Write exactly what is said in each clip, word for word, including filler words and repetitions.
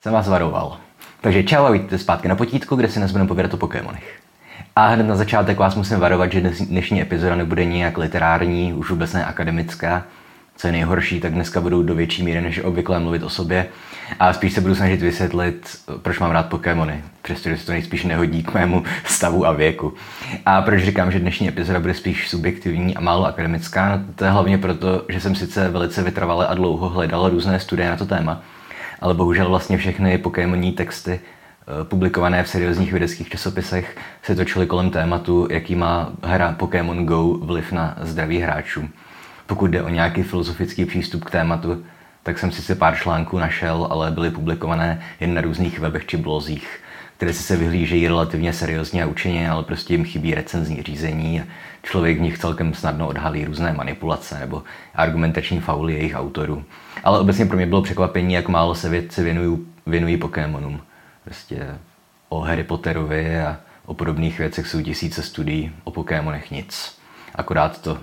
Jsem vás varoval. Takže čau a vítejte zpátky na potítku, kde si dnes budeme povídat o Pokémonech. A hned na začátek vás musím varovat, že dnešní epizoda nebude nijak literární, už vůbec ne akademická. Co je nejhorší, tak dneska budu do větší míry než obvykle mluvit o sobě a spíš se budu snažit vysvětlit, proč mám rád Pokémony, přestože se to nejspíš nehodí k mému stavu a věku. A proč říkám, že dnešní epizoda bude spíš subjektivní a málo akademická, to je hlavně proto, že jsem sice velice vytrvale a dlouho hledal různé studie na to téma, ale bohužel vlastně všechny Pokémonní texty publikované v seriózních vědeckých časopisech se točily kolem tématu, jaký má hra Pokémon Go vliv na zdraví hráčů. Pokud jde o nějaký filozofický přístup k tématu, tak jsem sice pár článků našel, ale byly publikované jen na různých webech či blozích, které si se vyhlížejí relativně seriózně a učeně, ale prostě jim chybí recenzní řízení a člověk v nich celkem snadno odhalí různé manipulace nebo argumentační fauly jejich autorů. Ale obecně pro mě bylo překvapení, jak málo se vědci věnují, věnují Pokémonům. Prostě o Harry Potterovi a o podobných věcech jsou tisíce studií, o Pokémonech nic. Akorát to,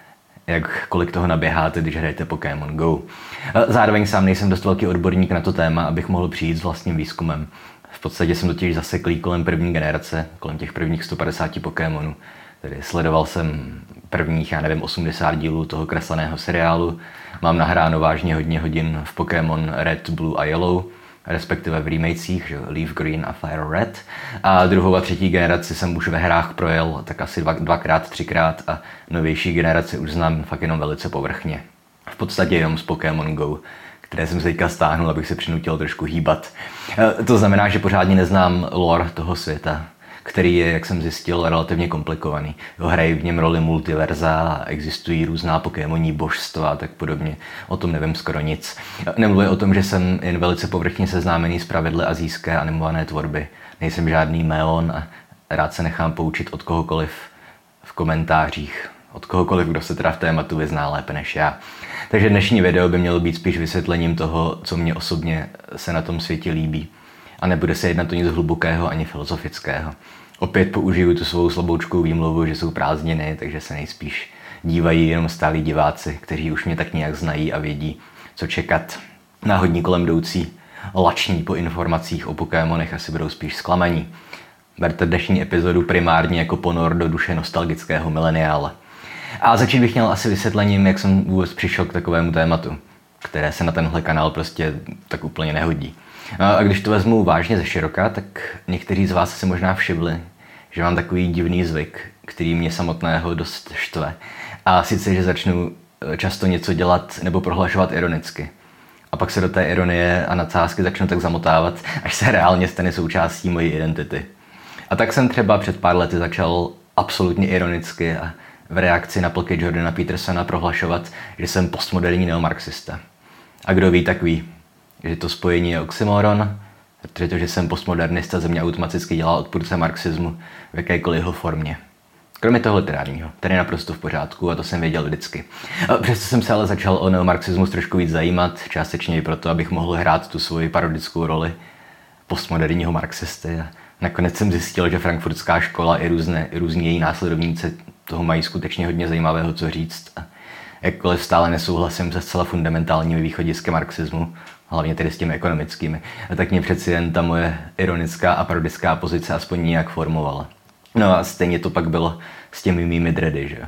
jak kolik toho naběháte, když hrajete Pokémon Go. Zároveň sám nejsem dost velký odborník na to téma, abych mohl přijít s vlastním výzkumem. V podstatě jsem totiž zaseklý kolem první generace, kolem těch prvních sto padesáti Pokémonů. Tedy sledoval jsem prvních, já nevím, osmdesát dílů toho kresleného seriálu. Mám nahráno vážně hodně hodin v Pokémon Red, Blue a Yellow, respektive v remakech, že Leaf Green a Fire Red. A druhou a třetí generaci jsem už ve hrách projel tak asi dva, dvakrát, třikrát a novější generaci už znám fakt jenom velice povrchně. V podstatě jenom z Pokémon Go, které jsem se teďka stáhnul, abych se přinutil trošku hýbat. To znamená, že pořádně neznám lore toho světa, který je, jak jsem zjistil, relativně komplikovaný. Hrají v něm roli multiverza, existují různá pokémonní božstva a tak podobně. O tom nevím skoro nic. Nemluvím o tom, že jsem jen velice povrchně seznámený s pravidly asijské animované tvorby. Nejsem žádný meon a rád se nechám poučit od kohokoliv v komentářích. Od kohokoliv, kdo se teda v tématu vyzná lépe než já. Takže dnešní video by mělo být spíš vysvětlením toho, co mě osobně se na tom světě líbí. A nebude se jednat o nic hlubokého ani filozofického. Opět použiju tu svou slaboučkou výmluvu, že jsou prázdniny, takže se nejspíš dívají jenom stálí diváci, kteří už mě tak nějak znají a vědí, co čekat. Náhodní kolem jdoucí lační po informacích o Pokémonech asi budou spíš zklamaní. Berte dnešní epizodu primárně jako ponor do duše nostalgického mileniála. A začít bych měl asi vysvětlením, jak jsem vůbec přišel k takovému tématu, které se na tenhle kanál prostě tak úplně nehodí. A když to vezmu vážně ze široka, tak někteří z vás si možná všimli, že mám takový divný zvyk, který mě samotného dost štve. A sice, že začnu často něco dělat nebo prohlašovat ironicky. A pak se do té ironie a nadsázky začnu tak zamotávat, až se reálně stane součástí mojí identity. A tak jsem třeba před pár lety začal absolutně ironicky a v reakci na plky Jordana Petersona prohlašovat, že jsem postmoderní neomarxista. A kdo ví, tak ví, že to spojení je oxymoron, protože to, že jsem postmodernista, ze mě automaticky dělá odpůrce marxismu v jakékoliv jeho formě. Kromě toho literárního, který je naprosto v pořádku a to jsem věděl vždycky. Přesto jsem se ale začal o neomarxismus trošku víc zajímat, částečně i proto, abych mohl hrát tu svoji parodickou roli postmoderního marxisty. A nakonec jsem zjistil, že frankfurtská škola i různé, i různí její následovníci toho mají skutečně hodně zajímavého co říct. A jakkoliv stále nesouhlasím se zcela fundamentálními východisky marxismu, hlavně tedy s těmi ekonomickými, tak mě přeci jen ta moje ironická a parodická pozice aspoň nějak formovala. No a stejně to pak bylo s těmi mými dready, že?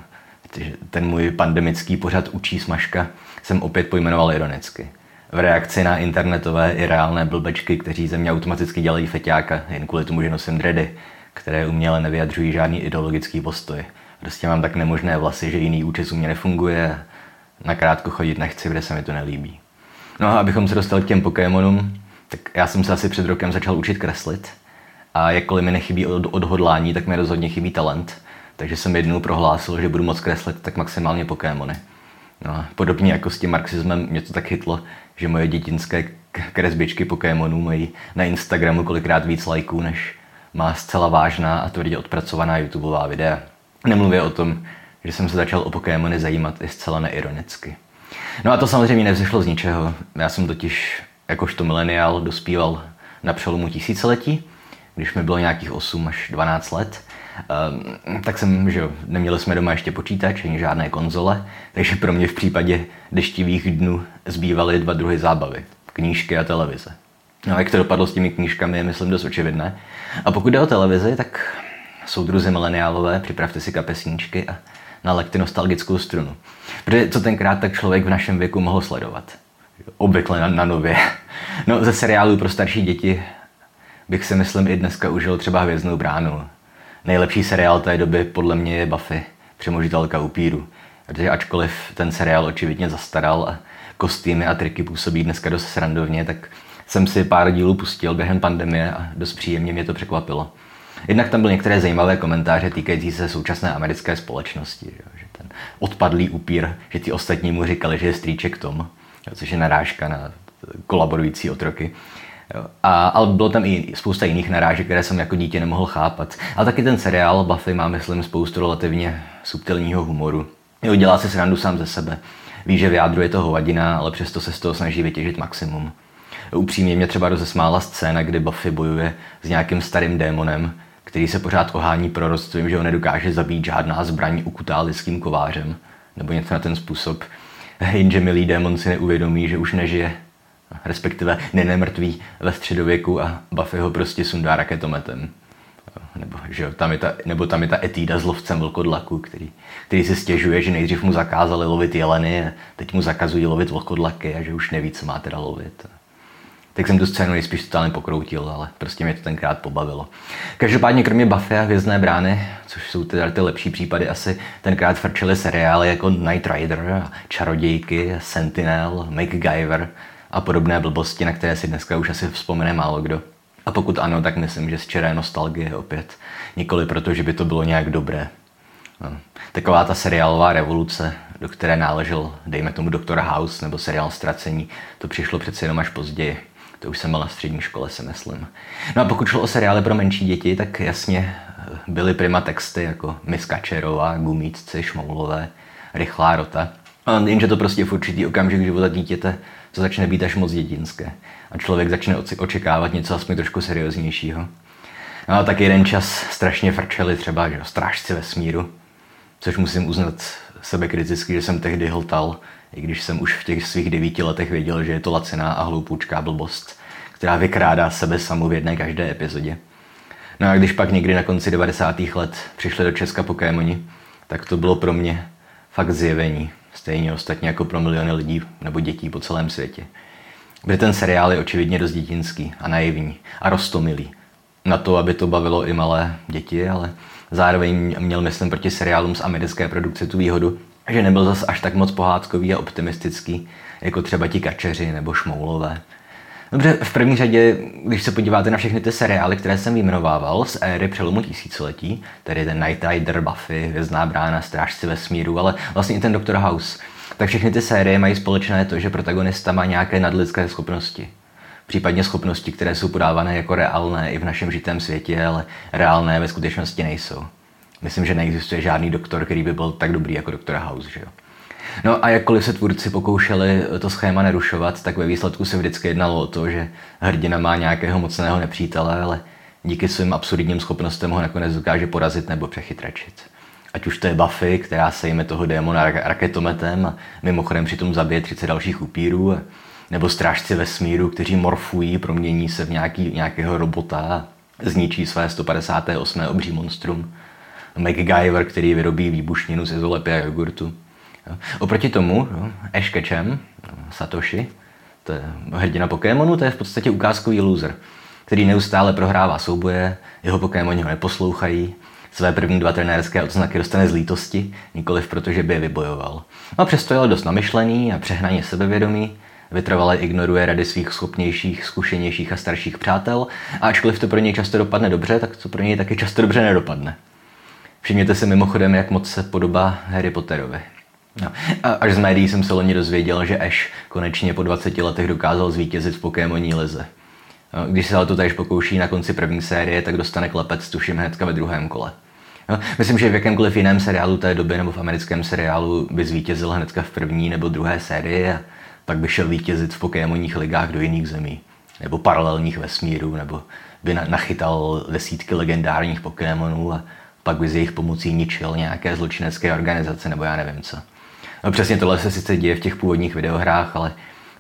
Ten můj pandemický pořad Učí smažka jsem opět pojmenoval ironicky. V reakci na internetové i reálné blbečky, kteří ze mě automaticky dělají feťáka jen kvůli tomu, že nosím dready, které uměle nevyjadřují žádný ideologický postoj. Prostě mám tak nemožné vlasy, že jiný účes u mě nefunguje, nakrátko chodit nechci, kde se mi to nelíbí. No a abychom se dostali k těm Pokémonům, tak já jsem se asi před rokem začal učit kreslit a jakkoliv mi nechybí odhodlání, tak mi rozhodně chybí talent, takže jsem jednou prohlásil, že budu moc kreslit tak maximálně Pokémony. No a podobně jako s tím marxismem mě to tak chytlo, že moje dětinské kresbičky Pokémonů mají na Instagramu kolikrát víc lajků, než má zcela vážná a tvrdě odpracovaná YouTubeová videa. Nemluvě o tom, že jsem se začal o Pokémony zajímat i zcela neironicky. No a to samozřejmě nevzešlo z ničeho. Já jsem totiž jakožto mileniál dospíval na přelomu tisíciletí, když mi bylo nějakých osm až dvanáct let. Um, tak jsem, že jo, neměli jsme doma ještě počítač, ani žádné konzole, takže pro mě v případě deštivých dnů zbývaly dva druhy zábavy. Knížky a televize. No, jak to dopadlo s těmi knížkami, je myslím dost očividné. A pokud jde o televizi, tak soudruzi mileniálové, připravte si kapesníčky a nalaďte nostalgickou strunu. Protože co tenkrát tak člověk v našem věku mohl sledovat? Obvykle na, na nově. No, ze seriálů pro starší děti bych si myslím i dneska užil třeba Hvězdnou bránu. Nejlepší seriál té doby podle mě je Buffy, přemožitelka upíru. Protože ačkoliv ten seriál očividně zastaral a kostýmy a triky působí dneska dost srandovně, tak jsem si pár dílů pustil během pandemie a dost příjemně mě to překvapilo. Jednak tam byly některé zajímavé komentáře týkající se současné americké společnosti, že ten odpadlý upír, že ti ostatní mu říkali, že je strýček Tom, což je narážka na kolaborující otroky. A, ale bylo tam i spousta jiných narážek, které jsem jako dítě nemohl chápat. Ale taky ten seriál Buffy má, myslím, spoustu relativně subtilního humoru. Jo, dělá si srandu sám ze sebe. Ví, že v jádru je to hovadina, ale přesto se z toho snaží vytěžit maximum. Upřímně mě třeba rozesmála scéna, kdy Buffy bojuje s nějakým starým démonem, který se pořád ohání proroctvím, že ho nedokáže zabít žádná zbraň ukutá lidským kovářem. Nebo něco na ten způsob. Jenže milý démon si neuvědomí, že už nežije, respektive nemrtvý ve středověku a Buffy ho prostě sundá raketometem. Nebo, že jo, tam je ta, nebo tam je ta etída s lovcem vlkodlaku, který, který si stěžuje, že nejdřív mu zakázali lovit jeleny a teď mu zakazují lovit vlkodlaky a že už neví, co má teda lovit. Tak jsem tu scénu nejspíš totálně pokroutil, ale prostě mě to tenkrát pobavilo. Každopádně kromě Buffy a Hvězdné brány, což jsou teda ty lepší případy, asi tenkrát frčely seriály jako Knight Rider, Čarodějky, Sentinel, MacGyver a podobné blbosti, na které si dneska už asi vzpomene málo kdo. A pokud ano, tak myslím, že z čiré nostalgie opět. Nikoli proto, že by to bylo nějak dobré. No. Taková ta seriálová revoluce, do které náležel, dejme tomu doktor House nebo seriál Ztracení, to přišlo přece jenom až později. To už jsem byl na střední škole, si myslím. No a pokud šlo o seriály pro menší děti, tak jasně byly prima texty jako Miss Kačerová, Gumíčci, Šmoulové, Rychlá rota. A jenže to prostě v určitý okamžik života dítěte to začne být až moc dětinské. A člověk začne očekávat něco aspoň trošku serióznějšího. No a tak jeden čas strašně frčeli třeba, že Strážci vesmíru, což musím uznat sebekriticky, že jsem tehdy hltal, i když jsem už v těch svých devíti letech věděl, že je to laciná a hloupoučká blbost, která vykrádá sebe samu v jedné každé epizodě. No a když pak někdy na konci devadesátých let přišli do Česka Pokémoni, tak to bylo pro mě fakt zjevení. Stejně ostatně jako pro miliony lidí nebo dětí po celém světě. Protože ten seriál je očividně dost dětinský a naivní a roztomilý. Na to, aby to bavilo i malé děti, ale zároveň měl, myslím, proti seriálům z americké produkce tu výhodu, že nebyl zas až tak moc pohádkový a optimistický, jako třeba ti Kačeři nebo Šmoulové. Dobře, v první řadě, když se podíváte na všechny ty seriály, které jsem vyjmenovával z éry přelomu tisíciletí, tedy ten Knight Rider, Buffy, Hvězdná brána, Strážci vesmíru, ale vlastně i ten doktor House, tak všechny ty série mají společné to, že protagonista má nějaké nadlidské schopnosti. Případně schopnosti, které jsou podávané jako reálné i v našem žitém světě, ale reálné ve skutečnosti nejsou. Myslím, že neexistuje žádný doktor, který by byl tak dobrý jako doktor House, že jo? No a jakkoliv se tvůrci pokoušeli to schéma nerušovat, tak ve výsledku se vždycky jednalo o to, že hrdina má nějakého mocného nepřítele, ale díky svým absurdním schopnostem ho nakonec dokáže porazit nebo přechytračit. Ať už to je Buffy, která sejme toho démona raketometem a mimochodem přitom zabije třicet dalších upírů, nebo Strážci vesmíru, kteří morfují, promění se v nějaký, nějakého robota a zničí své sto padesát osm obří monstrum. MacGyver, který vyrobí výbušninu z izolepy a jogurtu. Oproti tomu Ash Ketchum, Satoshi, to je hrdina Pokémonu, to je v podstatě ukázkový loser, který neustále prohrává souboje, jeho Pokémoni ho neposlouchají, své první dva trenérské odznaky dostane z lítosti, nikoliv proto, že by je vybojoval. A přesto je dost namyšlený a přehnaně sebevědomý, vytrvale ignoruje rady svých schopnějších, zkušenějších a starších přátel a ačkoliv to pro něj často dopadne dobře, tak to pro něj taky často dobře nedopadne. Všimněte si mimochodem, jak moc se podobá Harry Potterovi. No. A až z médií jsem se loni dozvěděl, že Ash konečně po dvaceti letech dokázal zvítězit v Pokémoní lize. No, když se ale to též pokouší na konci první série, tak dostane klepec tuším hnedka ve druhém kole. No, myslím, že v jakémkoliv jiném seriálu té doby nebo v americkém seriálu by zvítězil hnedka v první nebo druhé sérii a pak by šel vítězit v Pokémonních ligách do jiných zemí. Nebo paralelních vesmírů, nebo by nachytal desítky legendárních Pokémonů a pak by z jejich pomocí ničil nějaké zločinecké organizace nebo já nevím co. No přesně tohle se sice děje v těch původních videohrách, ale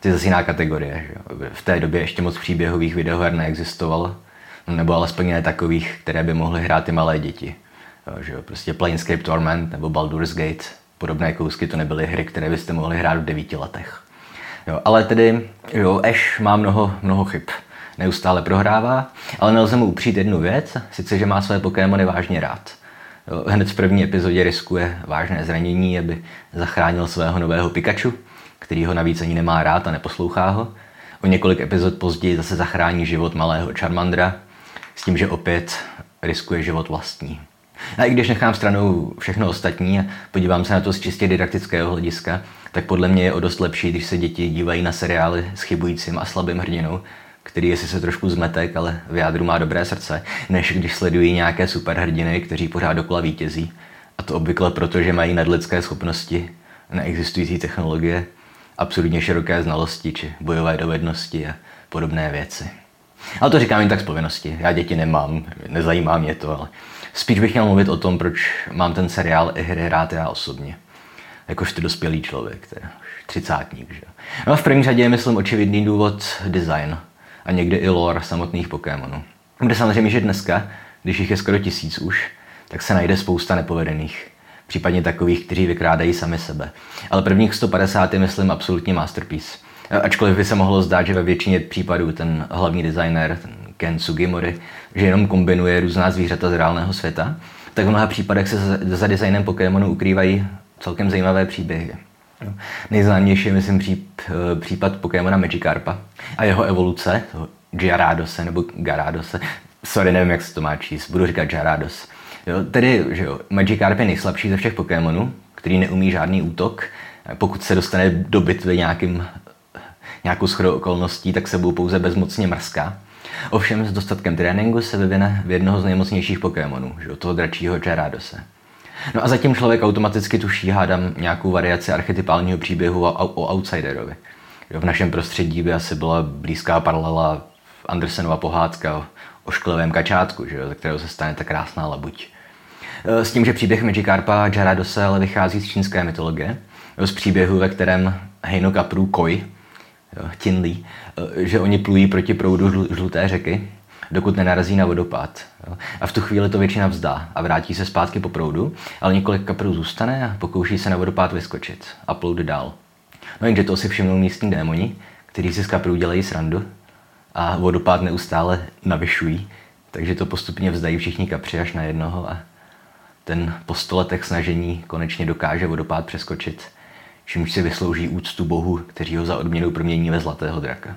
To je zase jiná kategorie. Že? V té době ještě moc příběhových videoher neexistovalo, nebo alespoň ne takových, které by mohly hrát i malé děti. Jo, že? Prostě Planescape Torment nebo Baldur's Gate, podobné kousky, to nebyly hry, které byste mohli hrát v devíti letech. Jo, ale tedy jo, Ash má mnoho, mnoho chyb. Neustále prohrává, ale nelze mu upřít jednu věc, sice, že má své Pokémony vážně rád. Jo, hned v první epizodě riskuje vážné zranění, aby zachránil svého nového Pikachu, který ho navíc ani nemá rád a neposlouchá ho. O několik epizod později zase zachrání život malého Charmandra, s tím, že opět riskuje život vlastní. A i když nechám stranou všechno ostatní a podívám se na to z čistě didaktického hlediska, tak podle mě je o dost lepší, když se děti dívají na seriály s chybujícím a slabým hrdinou, který je sice trošku zmetek, ale v jádru má dobré srdce, než když sledují nějaké superhrdiny, kteří pořád dokola vítězí. A to obvykle proto, že mají nadlidské schopnosti, neexistující technologie, absurdně široké znalosti či bojové dovednosti a podobné věci. Ale to říkám jen tak z povinnosti. Já děti nemám, nezajímá mě to, ale spíš bych měl mluvit o tom, proč mám ten seriál i hry hrát já osobně. Jakožto dospělý člověk, teda třicátník, že? No a v první řadě je, myslím, očividný důvod design a někdy i lore samotných Pokémonů. Kde samozřejmě, že dneska, když jich je skoro tisíc už, tak se najde spousta nepovedených. Případně takových, kteří vykrádají sami sebe. Ale prvních sto padesát je, myslím, absolutní masterpiece. Ačkoliv by se mohlo zdát, že ve většině případů ten hlavní designer, ten Ken Sugimori, že jenom kombinuje různá zvířata z reálného světa, tak v mnoha případech se za, za designem Pokémonů ukrývají celkem zajímavé příběhy. Nejznámější je, myslím, pří, případ Pokémona Magikarpa a jeho evoluce, toho Gyarados nebo Garadose. Sorry, nevím, jak se to má číst, budu říkat Gyarados. Jo, tedy, že jo, Magikarp je nejslabší ze všech Pokémonů, který neumí žádný útok. Pokud se dostane do bitvy nějakým, nějakou shodou okolností, tak se budou pouze bezmocně mrská. Ovšem s dostatkem tréninku se vyvine v jednoho z nejmocnějších Pokémonů, že jo, toho dračího Gyaradose. No a zatím člověk automaticky tuší, hádám, nějakou variaci archetypálního příběhu o, o outsiderovi. Jo, v našem prostředí by asi byla blízká paralela Andersenova pohádka o ošklivém kačátku, že jo, ze kterého se stane ta krásná labuť. S tím, že příběh Magikarpa a Gyaradose ale vychází z čínské mytologie, jo, z příběhu, ve kterém hejno kaprů Koi, jo, Tinli, že oni plují proti proudu žl- žluté řeky, dokud nenarazí na vodopád. Jo. A v tu chvíli to většina vzdá a vrátí se zpátky po proudu, ale několik kaprů zůstane a pokouší se na vodopád vyskočit a plout dál. No jenže to si všimnou místní démoni, kteří si z kaprů dělají srandu a vodopád neustále navyšují, takže to postupně vzdají všichni kapři až na jednoho a ten po sto letech snažení konečně dokáže vodopád přeskočit, čímž si vyslouží úctu bohu, kteří ho za odměnu promění ve zlatého draka.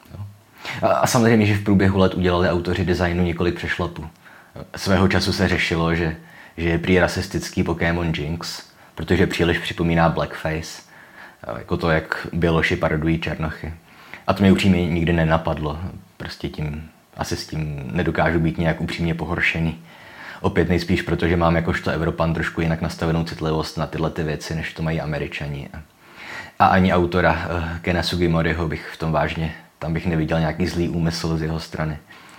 A, a samozřejmě, že v průběhu let udělali autoři designu několik přešlapů. Svého času se řešilo, že, že je prý rasistický Pokémon Jinx, protože příliš připomíná Blackface, jako to, jak běloši parodují černochy. A to mě upřímně nikdy nenapadlo. Prostě tím, asi s tím nedokážu být nějak upřímně pohoršený. Opět nejspíš, protože mám jakožto Evropan trošku jinak nastavenou citlivost na tyhle ty věci, než to mají Američani. A ani autora uh, Kena Sugimoriho bych v tom vážně, tam bych neviděl nějaký zlý úmysl z jeho strany.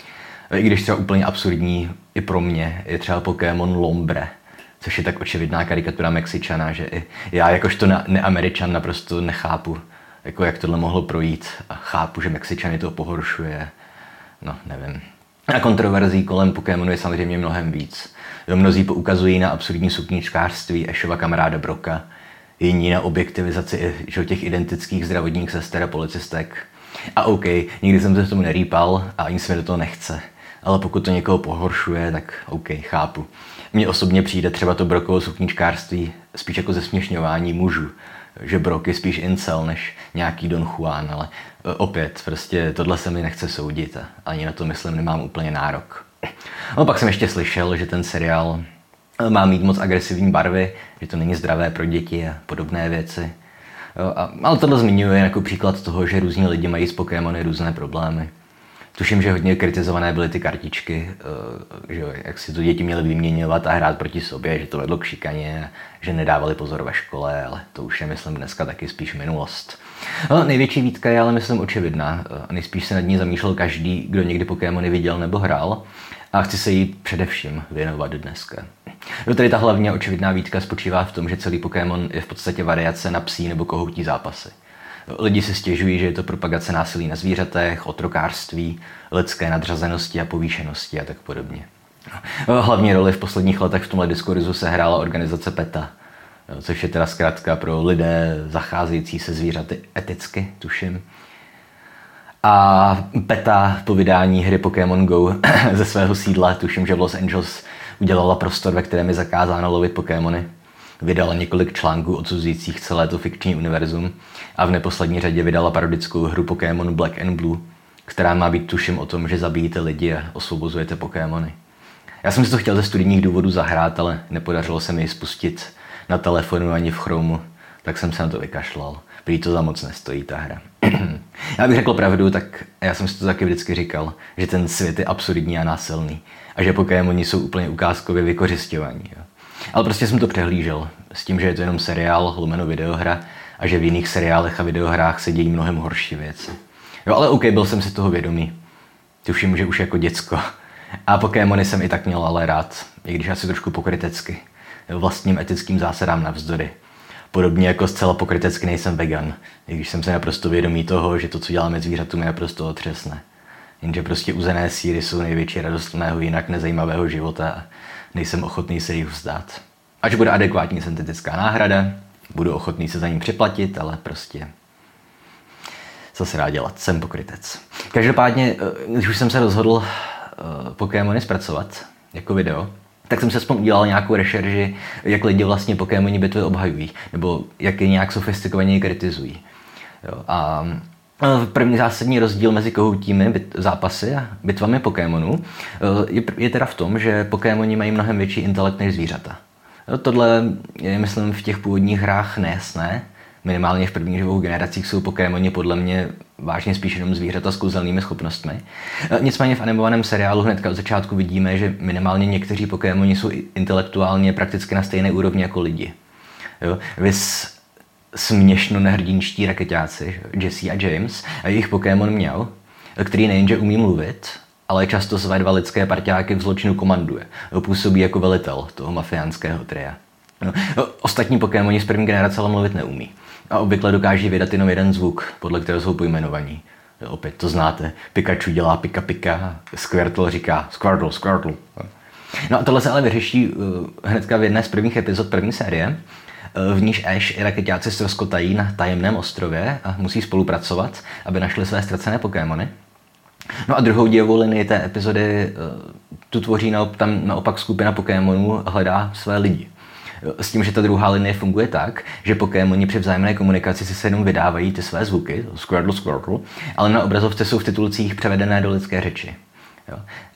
I když třeba úplně absurdní i pro mě je třeba Pokémon Lombre, což je tak očividná karikatura Mexičana, že i já jakožto neameričan naprosto nechápu, jako jak tohle mohlo projít a chápu, že Mexičany to pohoršuje. No, nevím. A kontroverzí kolem Pokémonu je samozřejmě mnohem víc. Jo, mnozí poukazují na absurdní sukničkářství Ashova kamaráda Broka, jiní na objektivizaci že, těch identických zdravotních sester a policistek. A OK, nikdy jsem se tomu nerýpal a ani se mi do toho nechce. Ale pokud to někoho pohoršuje, tak OK, chápu. Mně osobně přijde třeba to Brokovo sukničkářství spíš jako zesměšňování mužů. Že Brok je spíš incel než nějaký Don Juan, ale opět, prostě tohle se mi nechce soudit a ani na to, myslím, nemám úplně nárok. No pak jsem ještě slyšel, že ten seriál má mít moc agresivní barvy, že to není zdravé pro děti a podobné věci. Jo, a, ale tohle zmiňuje jako příklad toho, že různí lidi mají s Pokémony různé problémy. Tuším, že hodně kritizované byly ty kartičky, že jak si to děti měly vyměňovat a hrát proti sobě, že to vedlo k šikaně, že nedávali pozor ve škole, ale to už je, myslím, dneska taky spíš minulost. No, největší výtka je ale, myslím, očividná a nejspíš se nad ní zamýšlel každý, kdo někdy Pokémony viděl nebo hrál a chci se jí především věnovat dneska. No, tady ta hlavně očividná výtka spočívá v tom, že celý Pokémon je v podstatě variace na psí nebo kohoutí zápasy. Lidi si stěžují, že je to propagace násilí na zvířatech, otrokářství, lidské nadřazenosti a povýšenosti a tak podobně. Hlavní roli v posledních letech v tomhle diskurzu se hrála organizace PETA, což je teda zkrátka pro lidé zacházející se zvířaty eticky, tuším. A PETA po vydání hry Pokémon Go ze svého sídla, tuším, že v Los Angeles, udělala prostor, ve kterém je zakázáno lovit Pokémony. Vydala několik článků odsuzujících celé to fikční univerzum a v neposlední řadě vydala parodickou hru Pokémon Black and Blue, která má být tuším o tom, že zabijíte lidi a osvobozujete Pokémony. Já jsem si to chtěl ze studijních důvodů zahrát, ale nepodařilo se mi ji spustit na telefonu ani v Chromu, tak jsem se na to vykašlal. Prý to za moc nestojí ta hra. Já bych řekl pravdu, tak já jsem si to taky vždycky říkal, že ten svět je absurdní a násilný a že Pokémoni jsou úplně ukázkově vykořisťovaní. Jo. Ale prostě jsem to přehlížel s tím, že je to jenom seriál, lomeno videohra a že v jiných seriálech a videohrách se dějí mnohem horší věci. Jo, ale OK, byl jsem si toho vědomý. Tuším, že už jako děcko. A Pokémony jsem i tak měl ale rád, i když asi trošku pokrytecky. Vlastním etickým zásadám navzdory. Podobně jako zcela pokrytecky nejsem vegan, i když jsem se naprosto vědomý toho, že to, co děláme zvířatům, je naprosto otřesné. Jenže prostě uzené sýry jsou největší radost mého jinak nezajímavého života a nejsem ochotný se jich vzdát. Až bude adekvátní syntetická náhrada, budu ochotný se za ní připlatit, ale prostě co se dá dělat, jsem pokrytec. Každopádně, když už jsem se rozhodl uh, Pokémony zpracovat jako video, tak jsem se aspoň udělal nějakou rešerži, jak lidi vlastně Pokémoni bitvy obhajují, nebo jak je nějak sofistikovaně kritizují. Jo, a první zásadní rozdíl mezi kohoutími bit- zápasy a bitvami Pokémonů je, je teda v tom, že Pokémoni mají mnohem větší intelekt než zvířata. Jo, tohle je, myslím, v těch původních hrách nejasné. Minimálně v prvních dvou generacích jsou Pokémoni podle mě vážně spíš jenom zvířata s kouzelnými schopnostmi. Nicméně v animovaném seriálu hnedka od začátku vidíme, že minimálně někteří Pokémoni jsou intelektuálně prakticky na stejné úrovni jako lidi. Jo? Vys směšno nehrdinští rakeťáci, Jesse a James, a jejich Pokémon Měl, který nejenže umí mluvit, ale často své dva lidské parťáky v zločinu komanduje. Působí jako velitel toho mafiánského tria. No, ostatní Pokémoni z první generace ale mluvit neumí. A obvykle dokáží vydat jenom jeden zvuk, podle kterého jsou pojmenovaní. Jo, opět to znáte. Pikachu dělá pika pika, Squirtle říká Squirtle, Squirtle. No a tohle se ale vyřeší uh, hnedka v jedné z prvních epizod první série, uh, v níž Ash i rakeťáci ztroskotají na tajemném ostrově a musí spolupracovat, aby našli své ztracené Pokémony. No a druhou dějovou linii té epizody uh, tu tvoří naop, tam naopak skupina Pokémonů hledá své lidi. S tím, že ta druhá linie funguje tak, že Pokémoni při vzájemné komunikaci si se jenom vydávají ty své zvuky, Squirtle, Squirtle, ale na obrazovce jsou v titulcích převedené do lidské řeči. Jo.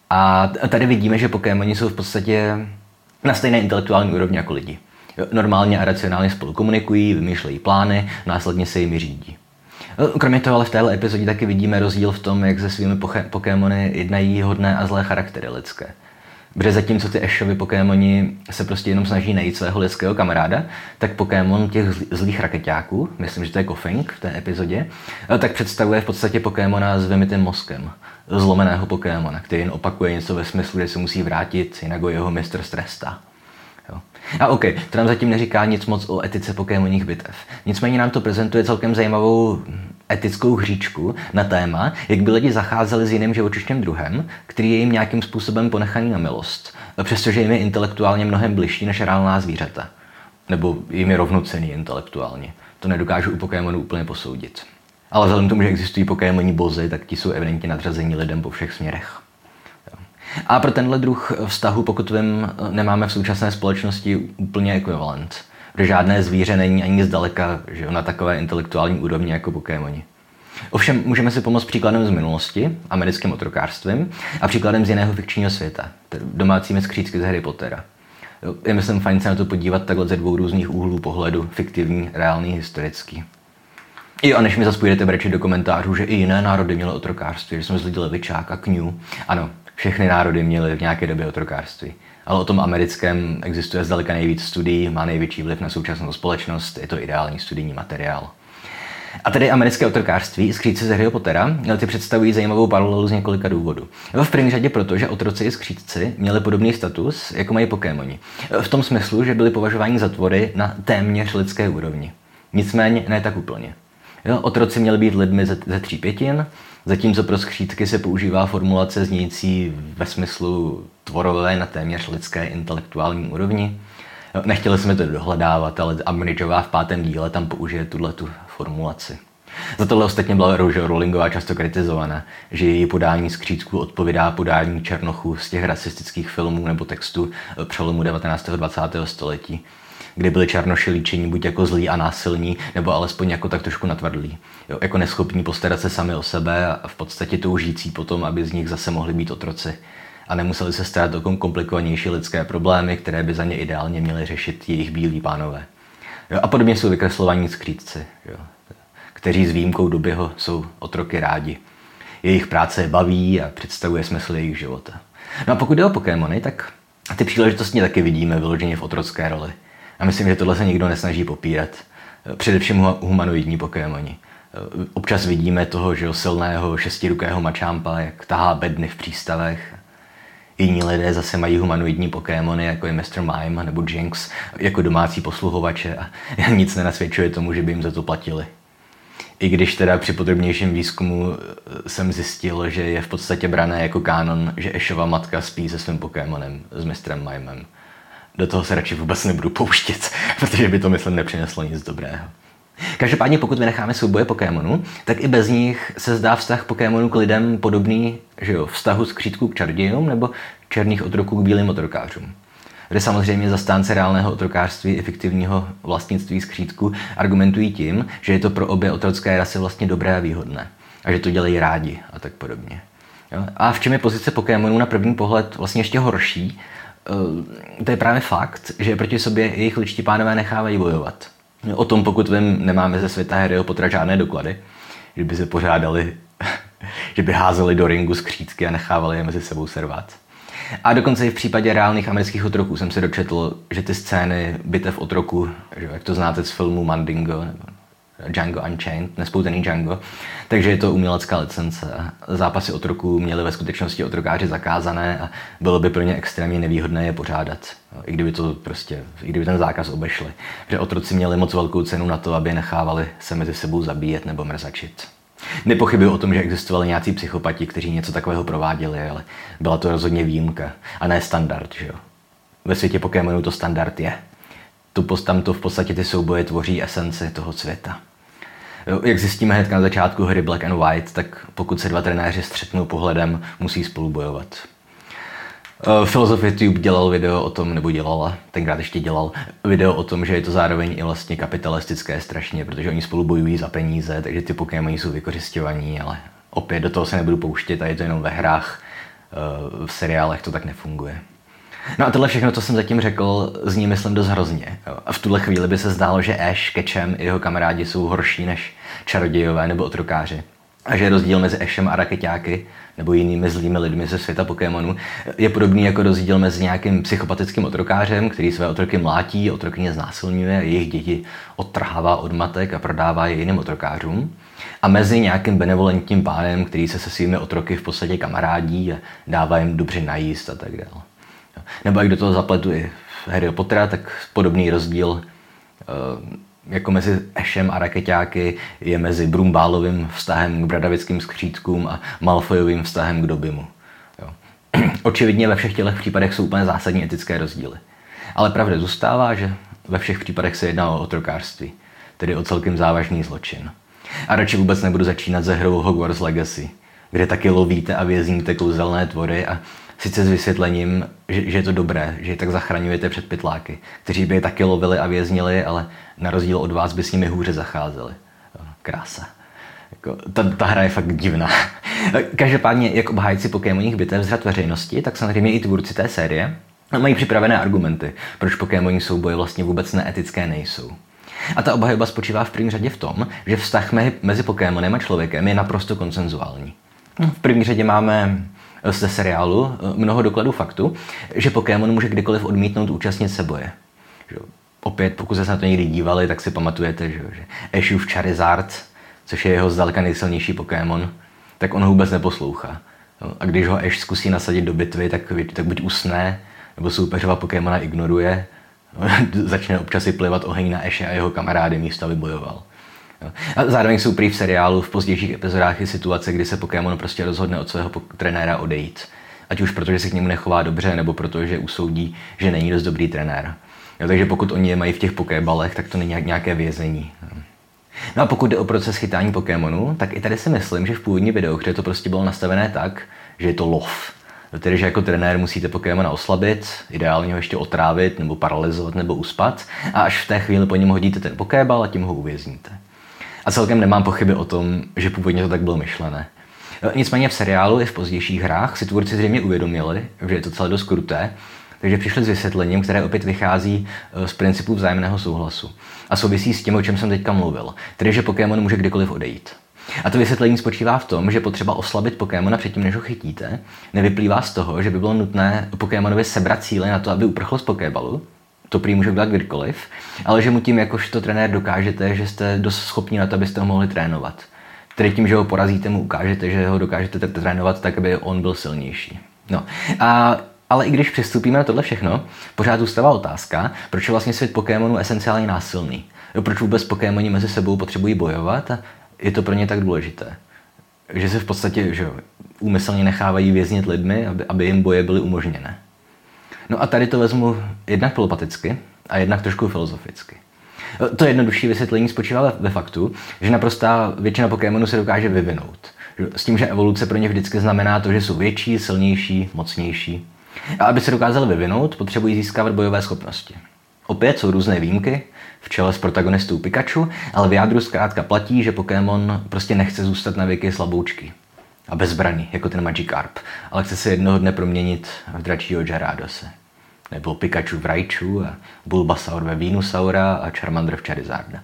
A tady vidíme, že Pokémoni jsou v podstatě na stejné intelektuální úrovni jako lidi. Jo. Normálně a racionálně spolu komunikují, vymýšlejí plány, následně se jimi řídí. Kromě toho ale v téhle epizodě taky vidíme rozdíl v tom, jak se svými Pokémony jednají hodné a zlé charaktery lidské. Protože zatímco ty Ashovy Pokémoni se prostě jenom snaží najít svého lidského kamaráda, tak Pokémon těch zlých rakeťáků, myslím, že to je Koffing v té epizodě, tak představuje v podstatě Pokémona s vymytým mozkem, zlomeného Pokémona, který jen opakuje něco ve smyslu, že se musí vrátit, jinak ho jeho mistr strestá. Jo. A OK, to nám zatím neříká nic moc o etice Pokémonních bitev. Nicméně nám to prezentuje celkem zajímavou etickou hříčku na téma, jak by lidi zacházeli s jiným živočišním druhem, který je jim nějakým způsobem ponechaný na milost, přestože jim je intelektuálně mnohem bližší než reálná zvířata. Nebo jim je rovnocenný intelektuálně. To nedokážu u Pokémonů úplně posoudit. Ale vzhledem k tomu, že existují Pokémoni bozy, tak ti jsou evidentně nadřazení lidem po všech směrech. A pro tenhle druh vztahu, pokud vím, nemáme v současné společnosti úplně ekvivalent. Protože žádné zvíře není ani zdaleka, že jo, na takové intelektuální úrovni jako Pokémoni. Ovšem můžeme si pomoct příkladem z minulosti, americkým otrokářstvím, a příkladem z jiného fikčního světa, domácími skřídky z Harry Pottera. Jo, je myslím fajn se na to podívat takhle ze dvou různých úhlů pohledu, fiktivní, reálný, historický. Jo, a než mi zase půjdete brečet do komentářů, že i jiné národy měly otrokářství, že jsme zlidi levičák a kňu. Ano, všechny národy měly v nějaké době otrokářství. Ale o tom americkém existuje zdaleka nejvíc studií, má největší vliv na současnou společnost, je to ideální studijní materiál. A tedy americké otrokářství, skřídci z Harryho Pottera, ty představují zajímavou paralelu z několika důvodů. V první řadě proto, že otroci i skřídci měli podobný status, jako mají Pokémoni. V tom smyslu, že byli považováni za tvory na téměř lidské úrovni. Nicméně ne tak úplně. Jo, otroci měli být lidmi ze, ze tří pětin, zatímco pro skřítky se používá formulace znějící ve smyslu tvorové na téměř lidské intelektuální úrovni. Jo, nechtěli jsme to dohledávat, ale Ambridgeová v pátém díle tam použije tuhletu formulaci. Za tohle ostatně byla Rowlingová často kritizovaná, že její podání skřítků odpovídá podání černochů z těch rasistických filmů nebo textů přelomu devatenáctého a dvacátého století, kdy byli černoši líčení buď jako zlí a násilní, nebo alespoň jako tak trošku natvrdlí. Jo, jako neschopní postarat se sami o sebe a v podstatě toužící potom, aby z nich zase mohli být otroci. A nemuseli se starat o komplikovanější lidské problémy, které by za ně ideálně měli řešit jejich bílí pánové. Jo, a podobně jsou vykreslovaní skřítci, jo, kteří s výjimkou Dobbyho jsou otroky rádi. Jejich práce je baví a představuje smysl jejich života. No a pokud jde o Pokémony, tak ty příležitosti taky vidíme vyloženě v otrocké roli. A myslím, že tohle se nikdo nesnaží popírat. Především humanoidní Pokémoni. Občas vidíme toho, že silného šestirukého mačámpa, jak tahá bedny v přístavech. Jiní lidé zase mají humanoidní Pokémony, jako je mister Mime nebo Jinx, jako domácí posluhovače a nic nenasvědčuje tomu, že by jim za to platili. I když teda při podrobnějším výzkumu jsem zjistil, že je v podstatě brané jako kánon, že Ashova matka spí se svým Pokémonem, s mistrem Mimem. Do toho se radši vůbec nebudu pouštět, protože by to, myslím, nepřineslo nic dobrého. Každopádně, pokud vynecháme souboje Pokémonů, tak i bez nich se zdá vztah Pokémonů k lidem podobný, že jo, vztahu skřítků k čarodějům nebo černých otroků k bílým otrokářům. Kde samozřejmě zastánce reálného otrokářství i fiktivního vlastnictví skřítku argumentují tím, že je to pro obě otrocké rasy vlastně dobré a výhodné. A že to dělají rádi a tak podobně. Jo? A v čem je pozice Pokémonů na první pohled vlastně ještě horší, to je právě fakt, že proti sobě jejich ličtí pánové nechávají bojovat. O tom, pokud vím, nemáme ze světa Harryho Pottera žádné doklady, že by se pořádali, že by házeli do ringu skřítky a nechávali je mezi sebou servát. A dokonce i v případě reálných amerických otroků jsem se dočetl, že ty scény bitev otroku, že jak to znáte z filmu Mandingo nebo Django Unchained, Nespoutený Django, takže je to umělecká licence. Zápasy otroků měly ve skutečnosti otrokáři zakázané a bylo by pro ně extrémně nevýhodné je pořádat. I kdyby to prostě, i kdyby ten zákaz obešli. Že otroci měli moc velkou cenu na to, aby nechávali se mezi sebou zabíjet nebo mrzačit. Nepochybuji o tom, že existovali nějací psychopati, kteří něco takového prováděli, ale byla to rozhodně výjimka a ne standard, že jo. Ve světě Pokémonů to standard je. Tu tam to v podstatě ty souboje tvoří esenci toho světa. Jak zjistíme hned na začátku hry Black and White, tak pokud se dva trenéři střetnou pohledem, musí spolu bojovat. Philosophy Tube dělal video o tom, nebo dělala, tenkrát ještě dělal video o tom, že je to zároveň i vlastně kapitalistické strašně, protože oni spolu bojují za peníze, takže ty Pokémoni jsou vykořisťovaní, ale opět do toho se nebudu pouštět a je to jenom ve hrách, v seriálech to tak nefunguje. No a tohle všechno, co jsem zatím řekl, zní myslím dost hrozně. Jo. A v tuhle chvíli by se zdálo, že Ash, Ketchum i jeho kamarádi jsou horší než čarodějové nebo otrokáři. A že rozdíl mezi Ashem a rakeťáky, nebo jinými zlými lidmi ze světa Pokémonů, je podobný jako rozdíl mezi nějakým psychopatickým otrokářem, který své otroky mlátí, otrokyně znásilňuje, jejich děti odtrhává od matek a prodává je jiným otrokářům, a mezi nějakým benevolentním pánem, který se se svými otroky v podstatě kamarádí a dává jim dobře najíst a tak dále. Nebo jak do toho zapletu i Harryho Pottera, tak podobný rozdíl jako mezi Ashem a rakeťáky je mezi Brumbálovým vztahem k bradavickým skřítkům a Malfoyovým vztahem k Dobbymu. Jo. Očividně ve všech těchto případech jsou úplně zásadní etické rozdíly. Ale pravda zůstává, že ve všech případech se jedná o otrokářství, tedy o celkem závažný zločin. A radši vůbec nebudu začínat ze hrou Hogwarts Legacy, kde taky lovíte a vězníte kouzelné tvory a sice s vysvětlením, že, že je to dobré, že je tak zachraňujete před pytláky, kteří by je taky lovili a věznili, ale na rozdíl od vás by s nimi hůře zacházeli. Krása. Jako, ta, ta hra je fakt divná. Každopádně, jak obhájci Pokémonních bitev z řad veřejnosti, tak samozřejmě i tvůrci té série mají připravené argumenty, proč Pokémonní souboje vlastně vůbec neetické nejsou. A ta obhajoba spočívá v první řadě v tom, že vztah mezi Pokémonem a člověkem je naprosto konsenzuální. V první řadě máme ze seriálu mnoho dokladů faktu, že Pokémon může kdykoliv odmítnout účastnit se boje. Že opět, pokud se na to někdy dívali, tak si pamatujete, že, že Ashův Charizard, což je jeho zdaleka nejsilnější Pokémon, tak on ho vůbec neposlouchá. A když ho Ash zkusí nasadit do bitvy, tak, tak buď usne, nebo soupeřova Pokémona ignoruje, začne občas si plivat oheň na Ashe a jeho kamarády místo, aby bojoval. Jo. A zároveň jsou prý v seriálu v pozdějších epizodách i situace, kdy se Pokémon prostě rozhodne od svého trenéra odejít. Ať už protože se k němu nechová dobře, nebo protože usoudí, že není dost dobrý trenér. Jo, takže pokud oni je mají v těch pokébalech, tak to není nějaké vězení. No a pokud jde o proces chytání Pokémonů, tak i tady si myslím, že v původní videohře to prostě bylo nastavené tak, že je to lov. Tedy, že jako trenér musíte Pokémona oslabit, ideálně ho ještě otrávit, nebo paralyzovat, nebo uspat a až v té chvíli po něm hodíte ten Pokébal a tím ho uvězníte. A celkem nemám pochyby o tom, že původně to tak bylo myšlené. Nicméně v seriálu i v pozdějších hrách si tvůrci zřejmě uvědomili, že je to celé dost kruté, takže přišli s vysvětlením, které opět vychází z principu vzájemného souhlasu. A souvisí s tím, o čem jsem teďka mluvil, tedy že Pokémon může kdykoliv odejít. A to vysvětlení spočívá v tom, že potřeba oslabit Pokémona předtím, než ho chytíte, nevyplývá z toho, že by bylo nutné Pokémonovi sebrat síly na to, aby uprchl z Pokébalu. To prý může udělat kdykoliv, ale že mu tím jakožto trenér dokážete, že jste dost schopni na to, abyste ho mohli trénovat. Tedy tím, že ho porazíte, mu ukážete, že ho dokážete trénovat tak, aby on byl silnější. No. A ale i když přistupíme na tohle všechno, pořád zůstává otázka, proč je vlastně svět Pokémonů esenciálně násilný. Proč vůbec Pokémoni mezi sebou potřebují bojovat a je to pro ně tak důležité. Že se v podstatě že úmyslně nechávají věznit lidmi, aby, aby jim boje byly umožněné. No a tady to vezmu jednak telepaticky a jednak trošku filozoficky. To jednodušší vysvětlení spočívá ve, ve faktu, že naprostá většina Pokémonů se dokáže vyvinout. S tím, že evoluce pro ně vždycky znamená to, že jsou větší, silnější, mocnější. A aby se dokázali vyvinout, potřebují získávat bojové schopnosti. Opět jsou různé výjimky, v čele s protagonistou Pikachu, ale v jádru zkrátka platí, že Pokémon prostě nechce zůstat na věky slaboučky a bezbraný, jako ten Magikarp, ale chce se jednoho dne proměnit v dračího Gyaradose. Nebo Pikachu v Raichu a Bulbasaur ve Venusaura a Charmander v Charizarda.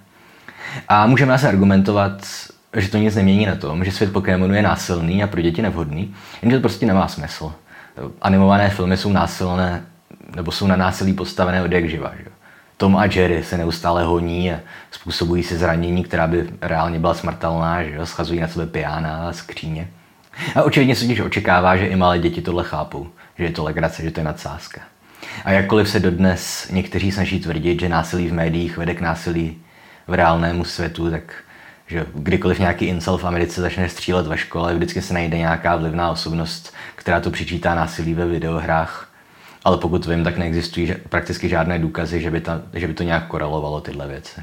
A můžeme asi argumentovat, že to nic nemění na tom, že svět Pokémonu je násilný a pro děti nevhodný, jenže to prostě nemá smysl. Animované filmy jsou násilné, nebo jsou na násilí postavené od jak živa. Že? Tom a Jerry se neustále honí a způsobují si zranění, která by reálně byla smrtelná, že? Schazují na sebe pijána a skříně. A očividně se totiž očekává, že i malé děti tohle chápou, že je to legrace, že to je nadsázka. A jakkoliv se dodnes někteří snaží tvrdit, že násilí v médiích vede k násilí v reálnému světu, tak že kdykoliv nějaký incel v Americe začne střílet ve škole, vždycky se najde nějaká vlivná osobnost, která to přičítá násilí ve videohrách. Ale pokud vím, tak neexistují prakticky žádné důkazy, že by, ta, že by to nějak korelovalo tyhle věci.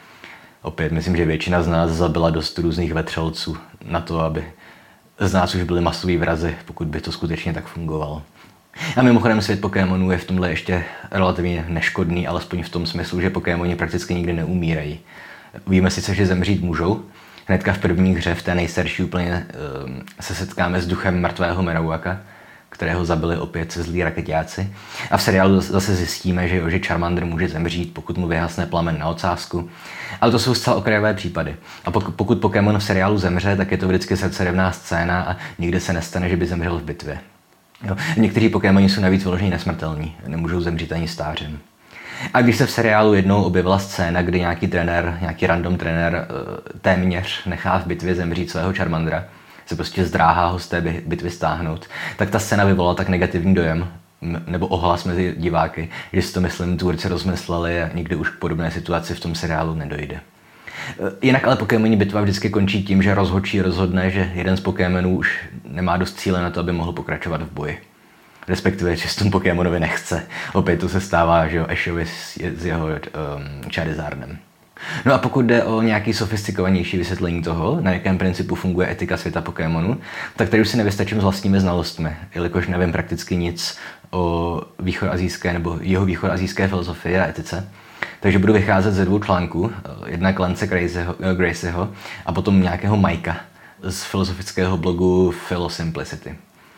Opět myslím, že většina z nás zabila dost různých vetřelců na to, aby z nás už byly masové vrazy, pokud by to skutečně tak fungovalo. A mimochodem svět Pokémonů je v tomhle ještě relativně neškodný, alespoň v tom smyslu, že Pokémoni prakticky nikdy neumírají. Víme sice, že zemřít můžou. Hnedka v první hře, v té nejstarší úplně, se setkáme s duchem mrtvého Marowaka, kterého zabili opět zlí raketáci. A v seriálu zase zjistíme, že, jo, že Charmander může zemřít, pokud mu vyhasne plamen na ocásku. Ale to jsou zcela okrajové případy. A pokud, pokud Pokémon v seriálu zemře, tak je to vždycky srdcerivná scéna a nikdy se nestane, že by zemřel v bitvě. Jo. Někteří Pokémoni jsou navíc vyloženě nesmrtelní, nemůžou zemřít ani stářem. A když se v seriálu jednou objevila scéna, kdy nějaký trenér, nějaký random trenér téměř nechá v bitvě zemřít svého Charmandera, se prostě zdráhá ho z té bitvy stáhnout, tak ta scéna vyvolala tak negativní dojem, nebo ohlas mezi diváky, že si to, myslím, tvůrci rozmysleli a nikdy už k podobné situaci v tom seriálu nedojde. Jinak ale Pokémoni bitva vždycky končí tím, že rozhodčí rozhodne, že jeden z Pokémonů už nemá dost cíle na to, aby mohl pokračovat v boji. Respektive, že s tom Pokémonovi nechce. Opět to se stává, že jo, Ashovi s, s jeho um, Charizardem. No a pokud jde o nějaký sofistikovanější vysvětlení toho, na jakém principu funguje etika světa Pokémonu, tak tady už si nevystačím s vlastními znalostmi, jelikož nevím prakticky nic o východoazijské nebo jeho východoazijské filozofii a etice. Takže budu vycházet ze dvou článků, jednak Lance Gracieho a potom nějakého Mikea z filozofického blogu Philosimplicity.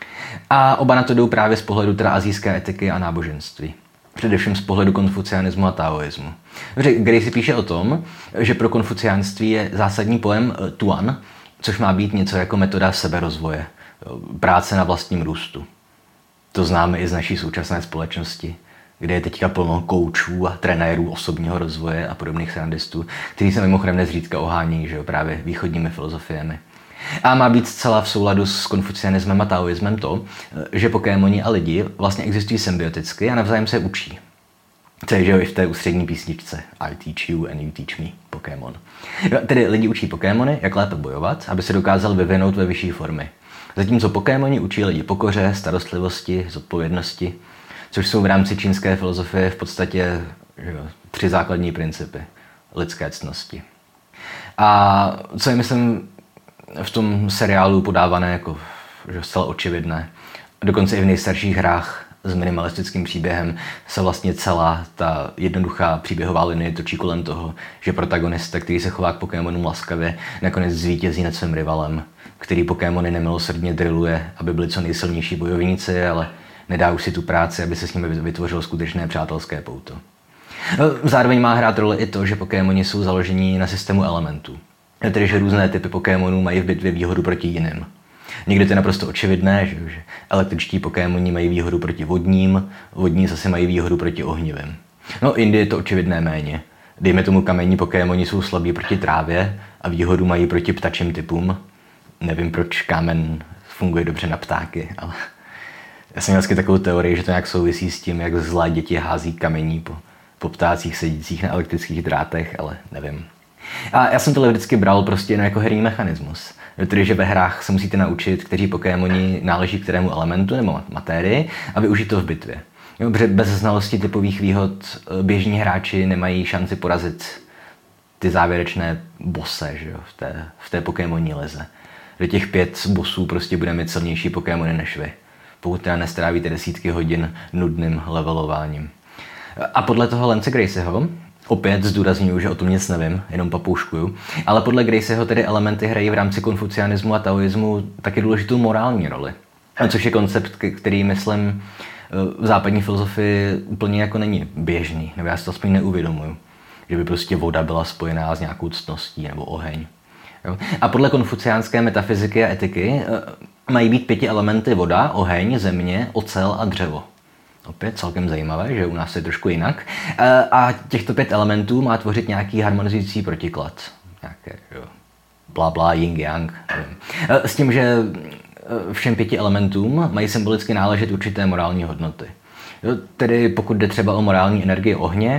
A oba na to jdou právě z pohledu teda asijské etiky a náboženství. Především z pohledu konfucianismu a taoismu. Gracie píše o tom, že pro konfuciánství je zásadní pojem tuan, což má být něco jako metoda seberozvoje, práce na vlastním růstu. To známe i z naší současné společnosti, kde je teďka plno koučů a trenérů osobního rozvoje a podobných srandistů, kteří se mimochodem nezřídka ohání, že jo, právě východními filozofiemi. A má být zcela v souladu s konfucianismem a taoismem to, že Pokémoni a lidi vlastně existují symbioticky a navzájem se učí. Co je, že jo, i v té ústřední písničce I teach you and you teach me, Pokémon. Jo, tedy lidi učí Pokémony, jak lépe bojovat, aby se dokázal vyvinout ve vyšší formy. Zatímco Pokémoni učí lidi pokoře, starostlivosti, zodpovědnosti, což jsou v rámci čínské filozofie v podstatě že jo, tři základní principy lidské ctnosti. A co je, myslím, v tom seriálu podávané jako že zcela očividné, dokonce i v nejstarších hrách s minimalistickým příběhem se vlastně celá ta jednoduchá příběhová linie točí kolem toho, že protagonista, který se chová k Pokémonům laskavě, nakonec zvítězí nad svým rivalem, který Pokémony nemilosrdně drilluje, aby byli co nejsilnější bojovníci, ale nedá už si tu práci, aby se s nimi vytvořilo skutečné přátelské pouto. Zároveň má hrát roli i to, že Pokémoni jsou založení na systému elementů. Tedy, že různé typy Pokémonů mají v bitvě výhodu proti jiným. Někdy to je naprosto očividné, že, že električtí Pokémoni mají výhodu proti vodním, vodní zase mají výhodu proti ohnivým. No, jindy je to očividné méně. Dejme tomu, kamenní Pokémoni jsou slabí proti trávě a výhodu mají proti ptačím typům. Nevím, proč kámen funguje dobře na ptáky, ale já jsem měl vždycky takovou teorii, že to nějak souvisí s tím, jak zlé děti hází kamení po, po ptácích sedících na elektrických drátech, ale nevím. A já jsem tohle vždycky bral prostě jen jako herní mechanismus. Tedy, že ve hrách se musíte naučit, kteří Pokémoni náleží kterému elementu nebo matérii a využít to v bitvě. Jo, protože bez znalosti typových výhod běžní hráči nemají šanci porazit ty závěrečné bosse, že jo, v té, v té Pokémonní lize. Že těch pět bossů prostě bude mít silnější Pokémony než vy, pokud teda nestrávíte desítky hodin nudným levelováním. A podle toho Lance Gracieho, opět zdůrazňuju, že o tom nic nevím, jenom papouškuju, ale podle Gracieho tedy elementy hrají v rámci konfucianismu a taoismu taky důležitou morální roli. Což je koncept, který, myslím, v západní filozofii úplně jako není běžný, nebo já si to aspoň neuvědomuju, že by prostě voda byla spojená s nějakou ctností nebo oheň. Jo? A podle konfuciánské metafyziky a etiky mají být pěti elementy voda, oheň, země, ocel a dřevo. Opět celkem zajímavé, že u nás je trošku jinak. A těchto pět elementů má tvořit nějaký harmonizující protiklad. Nějaké, jo, bla bla, yin yang, nevím. S tím, že všem pěti elementům mají symbolicky náležet určité morální hodnoty. Jo, tedy pokud jde třeba o morální energii ohně,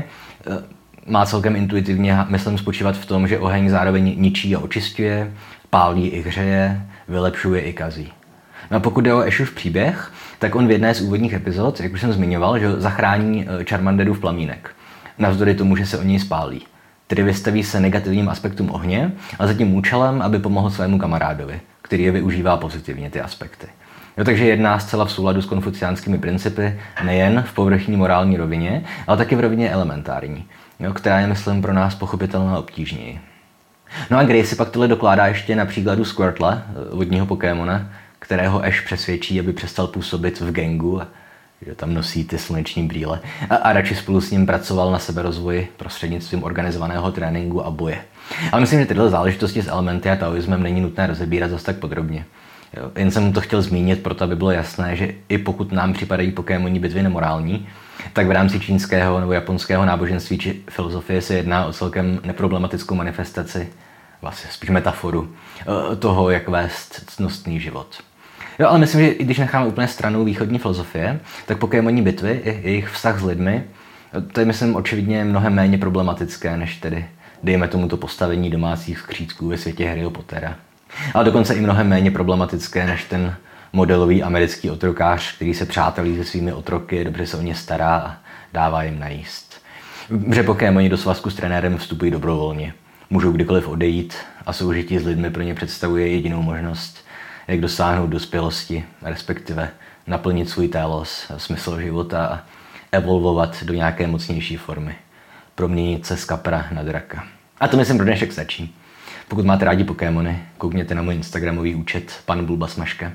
má celkem intuitivně, myslím, spočívat v tom, že oheň zároveň ničí a očisťuje, pálí i hřeje, vylepšuje i kazí. No a pokud jde o Ashův příběh, tak on v jedné z úvodních epizod, jak už jsem zmiňoval, že zachrání Charmanderův plamínek. Navzdory tomu, že se o něj spálí. Tedy vystaví se negativním aspektům ohně, ale za tím účelem, aby pomohl svému kamarádovi, který je využívá pozitivně ty aspekty. Jo, takže jedná zcela v souladu s konfuciánskými principy nejen v povrchní morální rovině, ale taky v rovině elementární, jo, která je, myslím, pro nás pochopitelná obtížněji. No a Gracie pak tohle dokládá ještě na příkladu Squirtle, vodního Pokémona, kterého Ash přesvědčí, aby přestal působit v gangu, že tam nosí ty sluneční brýle a, a radši spolu s ním pracoval na seberozvoji prostřednictvím organizovaného tréninku a boje. Ale myslím, že tyhle záležitosti s elementy a taoismem není nutné rozebírat zase tak podrobně. Jo, jen jsem to chtěl zmínit, proto aby bylo jasné, že i pokud nám připadají Pokémoni bitvy nemorální, tak v rámci čínského nebo japonského náboženství či filozofie se jedná o celkem neproblematickou manifestaci, vlastně spíš metaforu toho, jak vést ctnostný život. Jo, ale myslím, že i když necháme úplně stranou východní filozofie, tak Pokémonní bitvy i jejich vztah s lidmi, to je, myslím, očividně mnohem méně problematické, než tedy, dejme tomu, to postavení domácích skřítků ve světě Harryho Pottera. Ale dokonce i mnohem méně problematické, než ten modelový americký otrokář, který se přátelí se svými otroky, dobře se o ně stará a dává jim najíst. Protože Pokémoni do svazku s trenérem vstupují dobrovolně. Můžou kdykoliv odejít a soužití s lidmi pro ně představuje jedinou možnost, jak dosáhnout dospělosti, respektive naplnit svůj télos, smysl života a evolvovat do nějaké mocnější formy. Proměnit se z kapra na draka. A to myslím pro dnešek stačí. Pokud máte rádi Pokémony, koukněte na můj instagramový účet pan Bulbasmaška.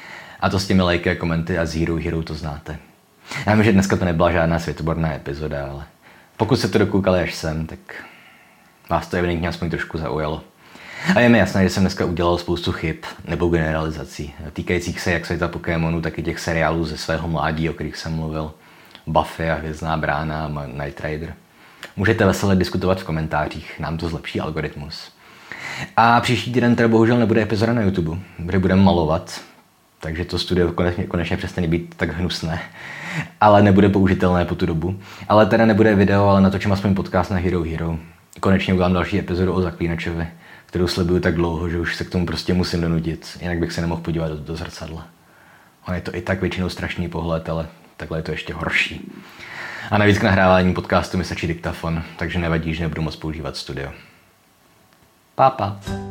A to s těmi lajky a komenty a z Hero Hero to znáte. Já vím, že dneska to nebyla žádná světoborná epizoda, ale pokud se to dokoukali až sem, tak vás to evidentně aspoň trošku zaujalo. A je mi jasné, že jsem dneska udělal spoustu chyb nebo generalizací, týkajících se jak světa Pokémonů, tak i těch seriálů ze svého mládí, o kterých jsem mluvil. Buffy a Hvězdná brána a Knight Rider. Můžete veselé diskutovat v komentářích, nám to zlepší algoritmus. A příští týden teda bohužel nebude epizoda na YouTube, kde budeme malovat. takže to studio konečně, konečně přestane být tak hnusné. Ale nebude použitelné po tu dobu. Ale teda nebude video, ale natočím aspoň podcast na Hero Hero. Konečně udělám další epizodu o Zaklínačovi, kterou sleduju tak dlouho, že už se k tomu prostě musím donutit. Jinak bych se nemohl podívat do, do zrcadla. On je to i tak většinou strašný pohled, ale takhle je to ještě horší. A navíc k nahrávání podcastu mi stačí diktafon, takže nevadí, že nebudu moc používat studio. Papa.